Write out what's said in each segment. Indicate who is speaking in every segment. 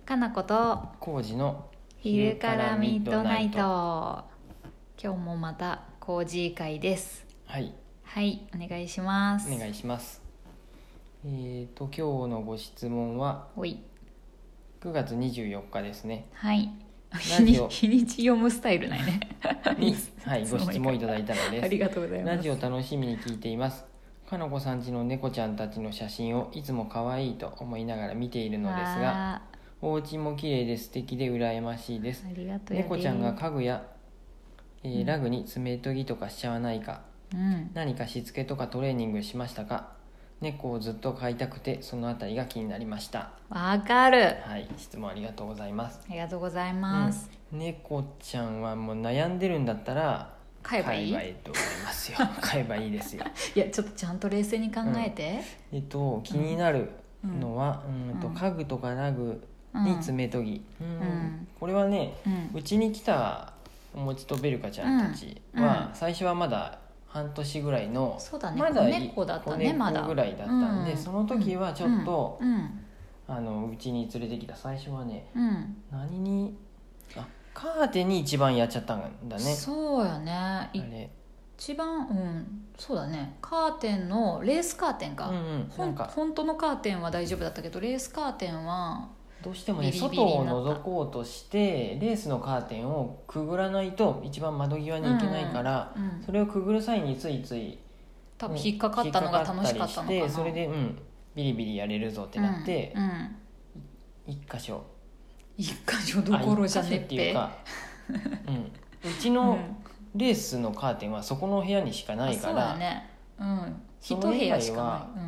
Speaker 1: かなこと
Speaker 2: 工事の
Speaker 1: 昼からミッドナイト。今日もまた工事会です。
Speaker 2: はい
Speaker 1: お願いします。
Speaker 2: お願いします。今日のご質問は
Speaker 1: おい
Speaker 2: 9月24日ですね。
Speaker 1: はい
Speaker 2: ラジオ
Speaker 1: 日にち読むスタイルないね
Speaker 2: に、はい、ご質問いただいたのです。
Speaker 1: ありがとうございます。
Speaker 2: ラジオ楽しみに聞いています。かのこさん家の猫ちゃんたちの写真をいつも可愛いと思いながら見ているのですが、お家も綺麗で素敵で羨ましいです。
Speaker 1: ありがとうやで。
Speaker 2: 猫ちゃんが家具や、ラグに爪研ぎとかしちゃわないか、何かしつけとかトレーニングしましたか？猫をずっと飼いたくてそのあたりが気になりました。
Speaker 1: わかる。
Speaker 2: はい、質問ありがとうございます。
Speaker 1: ありがとうございます。
Speaker 2: 猫ちゃんはもう悩んでるんだったら
Speaker 1: 飼えばいい
Speaker 2: と思いますよ。飼えばいいですよ。
Speaker 1: いやちょっとちゃんと冷静に考えて、
Speaker 2: 気になるのは、家具とかラグに爪研ぎ、これはね、うちに来たおもちとベルカちゃんたちは、最初はまだ半年ぐらいの、
Speaker 1: そうだね、
Speaker 2: まだ
Speaker 1: 子猫だったね、まだ
Speaker 2: 子猫ぐらいだったんで、その時はちょっと、うちに連れてきた最初はね、何にカーテンに一番やっちゃったんだね。
Speaker 1: そうやね、
Speaker 2: あれ
Speaker 1: 一番、そうだね、カーテンのレースカーテンか、本当のカーテンは大丈夫だったけどレースカーテンは
Speaker 2: どうしてもね、外を覗こうとしてレースのカーテンをくぐらないと一番窓際に行けないから、それをくぐる際についつい
Speaker 1: 多分引っかかったのが楽しかったのかな。
Speaker 2: それで、ビリビリやれるぞってなって、一箇所
Speaker 1: どころじゃねっ
Speaker 2: っていうか、うちのレースのカーテンはそこの部屋にしかないから、
Speaker 1: そうだね、一部屋しかない、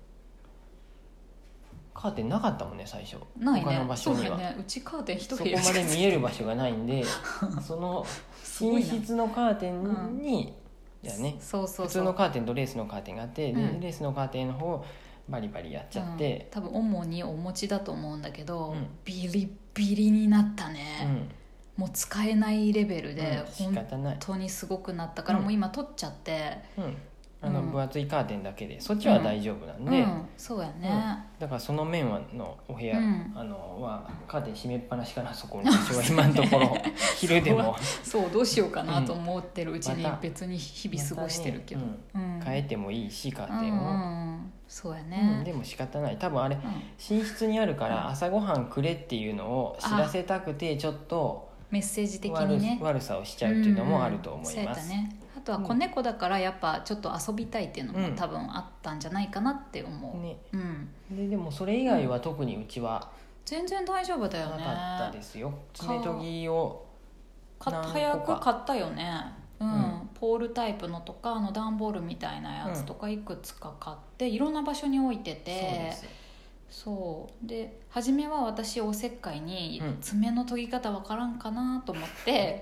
Speaker 2: カーテンなかったもんね最初。
Speaker 1: ないね、
Speaker 2: 他の場所には
Speaker 1: そうだね、うちカーテン一
Speaker 2: そ
Speaker 1: 部屋
Speaker 2: こまで見える場所がないんでその寝室のカーテンに、普通のカーテンとレースのカーテンがあって、でレースのカーテンの方をバリバリやっちゃって、
Speaker 1: 多分主にお持ちだと思うんだけど、ビリビリになったね、もう使えないレベルで、本当にすごくなったから、もう今取っちゃって、
Speaker 2: 分厚いカーテンだけでそっちは大丈夫なんで、
Speaker 1: そうやね、
Speaker 2: だからその面のお部屋、はカーテン閉めっぱなしかな、そこの場所は今のところ昼でも
Speaker 1: そうどうしようかなと思ってるうちに別に日々過ごしてるけど、
Speaker 2: 変えてもいいしカーテンを、
Speaker 1: そうやね、
Speaker 2: でも仕方ない。多分あれ、寝室にあるから朝ごはんくれっていうのを知らせたくてちょっと
Speaker 1: メッセージ的にね
Speaker 2: 悪さをしちゃうっていうのもあると思います。
Speaker 1: あとは子猫だからやっぱちょっと遊びたいっていうのも多分あったんじゃないかなって思う、
Speaker 2: でもそれ以外は特にうちは
Speaker 1: 全然大丈夫だよね。
Speaker 2: なかったですよ。爪研ぎを
Speaker 1: 早く買ったよね、ポールタイプのとか段ボールみたいなやつとかいくつか買っていろんな場所に置いてて、そうで初めは私おせっかいに爪の研ぎ方わからんかなと思って、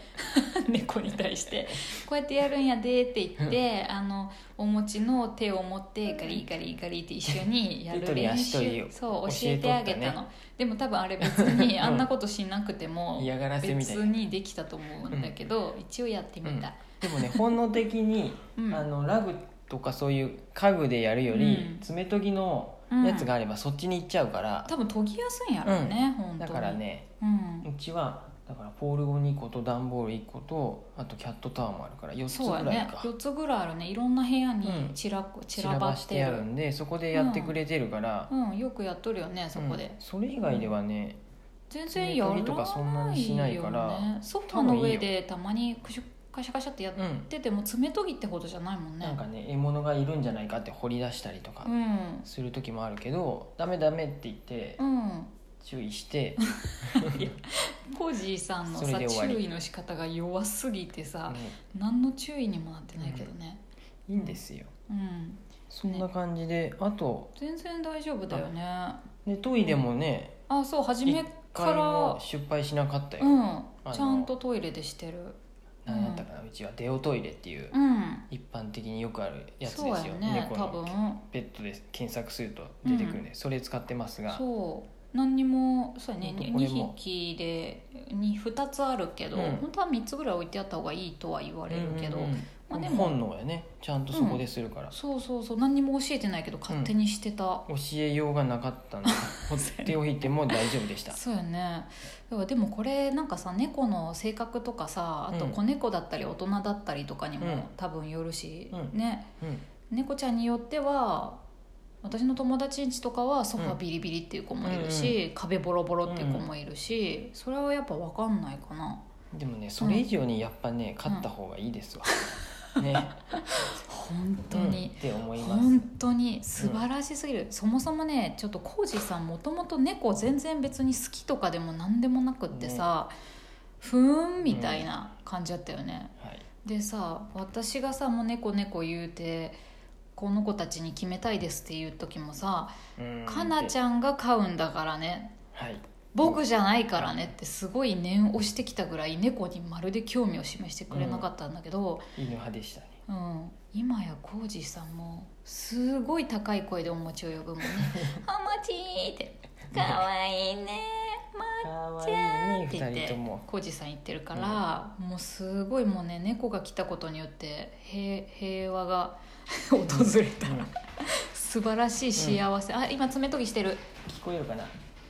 Speaker 1: 猫に対してこうやってやるんやでって言って、お餅の手を持ってガリガリガリって一緒にやる練習そう教えてあげたの。でも多分あれ別にあんなことしなくても別にできたと思うんだけど、一応やってみた、
Speaker 2: でもね本能的に、ラグとかそういう家具でやるより、爪研ぎのやつがあればそっちに行っちゃうから、
Speaker 1: 多分研ぎやすいんやろうね、本当に。
Speaker 2: だからね、うちはだからポール2個と段ボール1個とあとキャットタワーもあるから4つぐらいか。そうやね、
Speaker 1: 4つぐらいあるね。いろんな部屋に散らばって
Speaker 2: あるんで、そこでやってくれてるから、
Speaker 1: よくやっとるよねそこで、
Speaker 2: それ以外ではね、
Speaker 1: 全然やらないよね。
Speaker 2: とかそんなにしないから、
Speaker 1: ソファの上でたまにカシャカシャってやってても爪研ぎってほどじゃないもんね。
Speaker 2: なんかね、獲物がいるんじゃないかって掘り出したりとかする時もあるけど、ダメダメって言って注意して
Speaker 1: コージーさんのさ注意の仕方が弱すぎてさ、何の注意にもなってないけどね、
Speaker 2: いいんですよ、そんな感じで、あと
Speaker 1: 全然大丈夫だよね。
Speaker 2: でトイレもね、
Speaker 1: そう初めから
Speaker 2: 一回も失敗しなかったよ、
Speaker 1: ちゃんとトイレでしてる。
Speaker 2: 何だったかな、うちはデオトイレっていう、一般的によくあるやつですよ。猫のペットで検索すると出てくるんで、それ使ってますが、
Speaker 1: 何にもそうね、2匹で2つあるけど、本当は3つぐらい置いてあった方がいいとは言われるけど、 まあ、でも
Speaker 2: 本能やね、ちゃんとそこでするから、
Speaker 1: そうそうそう、何にも教えてないけど勝手にしてた、
Speaker 2: 教えようがなかったんで放っておいても大丈夫でした
Speaker 1: そうやね。でもこれなんかさ、猫の性格とかさ、あと子猫だったり大人だったりとかにも多分よるし、ね、猫ちゃんによっては、私の友達ん家とかはソファビリビリっていう子もいるし、壁ボロボロっていう子もいるし、それはやっぱ分かんないかな。
Speaker 2: でもね、それ以上にやっぱね、飼った方がいいですわ、ね、
Speaker 1: 本当に、
Speaker 2: って思います。
Speaker 1: 本当に素晴らしすぎる、そもそもね、ちょっと浩二さんもともと猫全然別に好きとかでも何でもなくってさ、ふーんみたいな感じだったよね、
Speaker 2: はい、
Speaker 1: でさ、私がさ、もう猫猫言うてこの子たちに決めたいですっていう時もさ、かなちゃんが飼うんだからね、
Speaker 2: はい、
Speaker 1: 僕じゃないからねってすごい念押してきたぐらい猫にまるで興味を示してくれなかったんだけど、
Speaker 2: 犬派でしたね、
Speaker 1: 今や浩二さんもすごい高い声でお餅を呼ぶもんねお餅ってかわいいねまっちゃんって言って浩二さん言ってるから、もうすごいもうね、猫が来たことによって平和が訪れた、素晴らしい幸せ、あ、今爪研ぎしてる、
Speaker 2: 聞こえるかな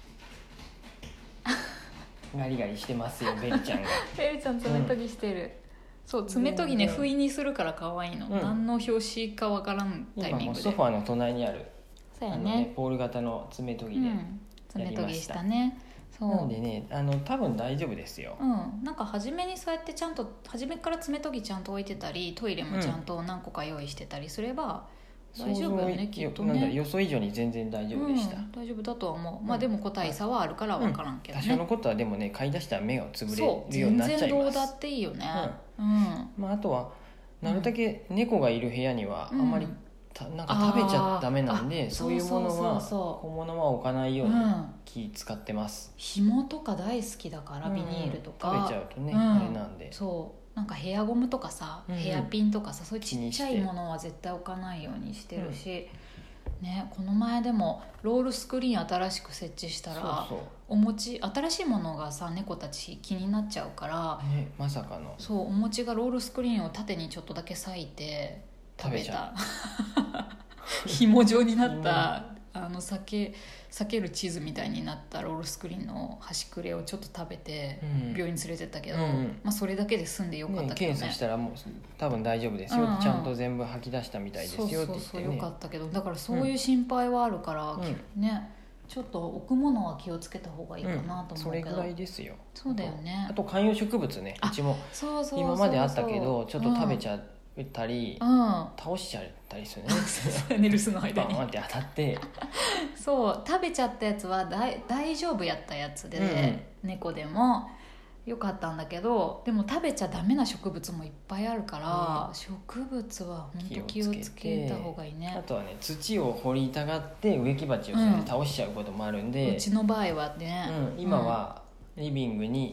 Speaker 2: ガリガリしてますよ、ベルちゃんが
Speaker 1: ベルちゃん爪研ぎしてる、そう、爪研ぎね、不意にするから可愛いの、何の表紙かわからんタイミングで。
Speaker 2: 今もソファーの隣にある、
Speaker 1: そうやね、
Speaker 2: ポール型の爪研ぎで
Speaker 1: 爪研ぎしたね。そうな
Speaker 2: のでね、多分大丈夫ですよ、
Speaker 1: なんか初めにそうやってちゃんと初めから爪研ぎちゃんと置いてたり、トイレもちゃんと何個か用意してたりすれば大丈夫よね、きっとね。
Speaker 2: 予想以上に全然大丈夫でした、
Speaker 1: 大丈夫だとは思う、まあでも個体差はあるから分からんけどね、
Speaker 2: 多少のことはでもね、買い出したら目がつぶれるようになっちゃいます。
Speaker 1: 全然どうだっていいよね、
Speaker 2: まあ、あとはなるだけ猫がいる部屋にはあんまりなんか食べちゃダメなんで、そういうものは小物は置かないように気使ってます。
Speaker 1: 紐とか大好きだから、ビニールとか
Speaker 2: 食べちゃうとね、あれなんで、
Speaker 1: そうなんかヘアゴムとかさ、ヘアピンとかさ、そういうちっちゃいものは絶対置かないようにしてるし、ね、この前でもロールスクリーン新しく設置したら、お餅、新しいものがさ、猫たち気になっちゃうから、
Speaker 2: まさかの、
Speaker 1: そう、お餅がロールスクリーンを縦にちょっとだけ裂いて食べた紐状になった避ける地図みたいになったロールスクリーンの端くれをちょっと食べて病院に連れてったけど、まあ、それだけで済んでよかったけどね。
Speaker 2: 検査したらもう多分大丈夫ですよ、ちゃんと全部吐き出したみたいですよって言ってね。
Speaker 1: そうよかったけど、だからそういう心配はあるから、ね、ちょっと置くものは気をつけた方がいいかなと思うけど、
Speaker 2: それぐらいですよ。
Speaker 1: そうだよね。
Speaker 2: あと観葉植物ね、うちも今まであったけどちょっと食べちゃったり、倒しちゃったりするね
Speaker 1: 留守の間に
Speaker 2: バーンって当たって
Speaker 1: そう食べちゃったやつは大丈夫やったやつで、猫でもよかったんだけど、でも食べちゃダメな植物もいっぱいあるから、植物は本当気をつけた方がいいね。
Speaker 2: あとはね、土を掘りたがって植木鉢をそれで倒しちゃうこともあるんで、
Speaker 1: うちの場合はね、
Speaker 2: 今はリビングに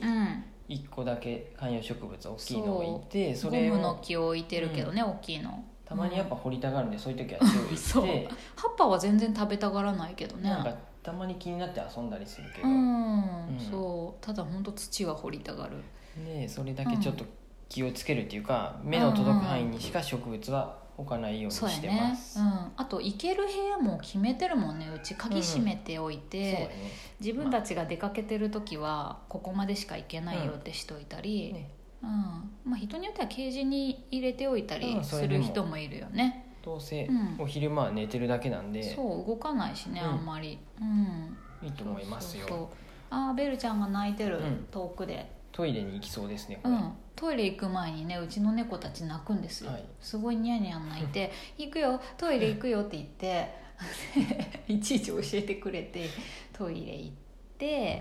Speaker 2: 1個だけ観葉植物大きいのを置いて、
Speaker 1: それをゴムの木を置いてるけどね、大きいの
Speaker 2: たまにやっぱ掘りたがるんで、そういう時は注意して
Speaker 1: そう葉っぱは全然食べたがらないけどね、
Speaker 2: なんかたまに気になって遊んだりするけど、
Speaker 1: そうただ本当土は掘りたがる
Speaker 2: ね。それだけちょっと気をつけるっていうか、目の届く範囲にしか植物は置かないようにしてます。
Speaker 1: あと行ける部屋も決めてるもんね、うち鍵閉めておいて、自分たちが出かけてる時はここまでしか行けないよってしといたり、まあ、人によってはケージに入れておいたりする人もいるよね。
Speaker 2: どうせお昼間は寝てるだけなんで、
Speaker 1: そう動かないしね、あんまり、
Speaker 2: いいと思いますよ。
Speaker 1: ベルちゃんが泣いてる、遠くで
Speaker 2: トイレに行きそうですね、
Speaker 1: トイレ行く前にね、うちの猫たち泣くんですよ、すごいニャニャン泣いて行くよトイレ行くよって言っていちいち教えてくれて、トイレ行って、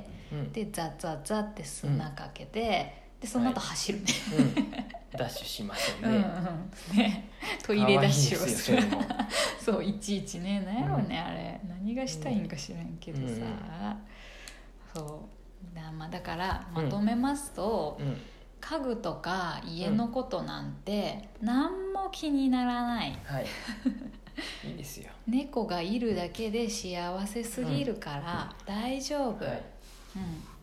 Speaker 1: でザッザッザッって砂かけて、でその後走るね、
Speaker 2: ダッシュしますよね。
Speaker 1: ね、トイレダッシュをするそういちいちね、何やろうね、あれ何がしたいんか知らんけどさ、そうだからまとめますと、家具とか家のことなんて何も気にならない、いいですよ。猫がいるだけで幸せすぎるから大丈夫、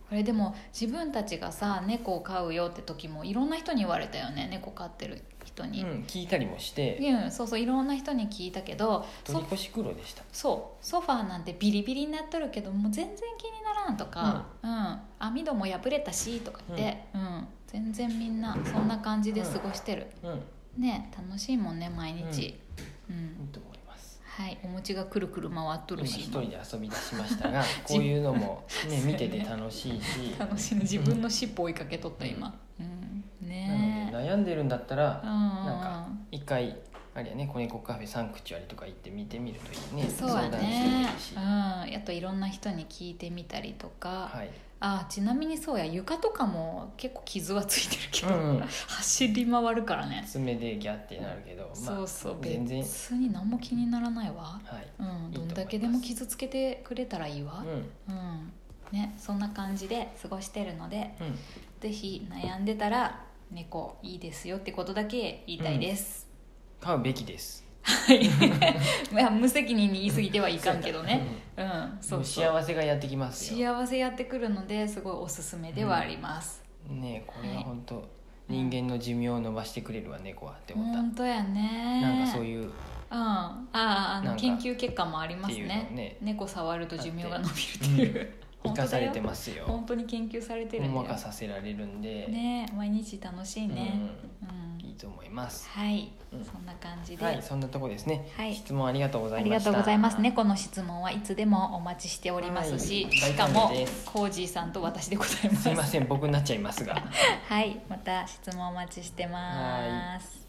Speaker 1: これでも自分たちがさ猫を飼うよって時もいろんな人に言われたよね、猫飼ってる人に、
Speaker 2: 聞いたりもして、
Speaker 1: そうそう、いろんな人に聞いたけど、
Speaker 2: 取り越し苦労でした。
Speaker 1: そうソファーなんてビリビリになっとるけどもう全然気にならんとか、網戸も破れたしとか言って、全然みんなそんな感じで過ごしてる、ね、楽しいもんね毎日、いい
Speaker 2: と思います。
Speaker 1: はい、お餅がくるくる回っとるし、
Speaker 2: 今一人で遊び出しましたがこういうのも、ね、見てて楽しいし
Speaker 1: 楽しいね、自分の尻尾追いかけとった今、ね、
Speaker 2: なので悩んでるんだったら、なんか一回あれやね、子猫カフェサンクチュアリとか行って見てみるといいね。
Speaker 1: そうだね、あといろんな人に聞いてみたりとか、ちなみにそうや、床とかも結構傷はついてるけど、走り回るからね、
Speaker 2: 爪でギャってなるけど、
Speaker 1: そうそう、
Speaker 2: 全然
Speaker 1: 別に何も気にならないわ、どんだけでも傷つけてくれたらいいわ、ね、そんな感じで過ごしてるので、ぜひ悩んでたら猫いいですよってことだけ言いたいです、
Speaker 2: 飼うべきです。
Speaker 1: はい、無責任に言い過ぎてはいかんけどね、
Speaker 2: そう幸せがやってきますよ。
Speaker 1: 幸せやってくるのですごいおすすめではあります、
Speaker 2: ね、これは本当、人間の寿命を伸ばしてくれるわ猫はって思った。
Speaker 1: 本当やね。
Speaker 2: なんかそういう
Speaker 1: 研究結果もありますね。猫触ると寿命が伸びるっていう、
Speaker 2: 生かされてますよ。
Speaker 1: 本当に研究されてるんだよ。
Speaker 2: ほんわかさせられるんで
Speaker 1: ね、毎日楽しいね、
Speaker 2: いいと思います。
Speaker 1: はい、そんな感じで、
Speaker 2: はい、そんなとこですね、質問ありがとうございました。
Speaker 1: ありがとうございます。猫の質問はいつでもお待ちしておりますし、しかもコージーさんと私でございます。
Speaker 2: すいません、僕になっちゃいますが
Speaker 1: はい、また質問お待ちしてます。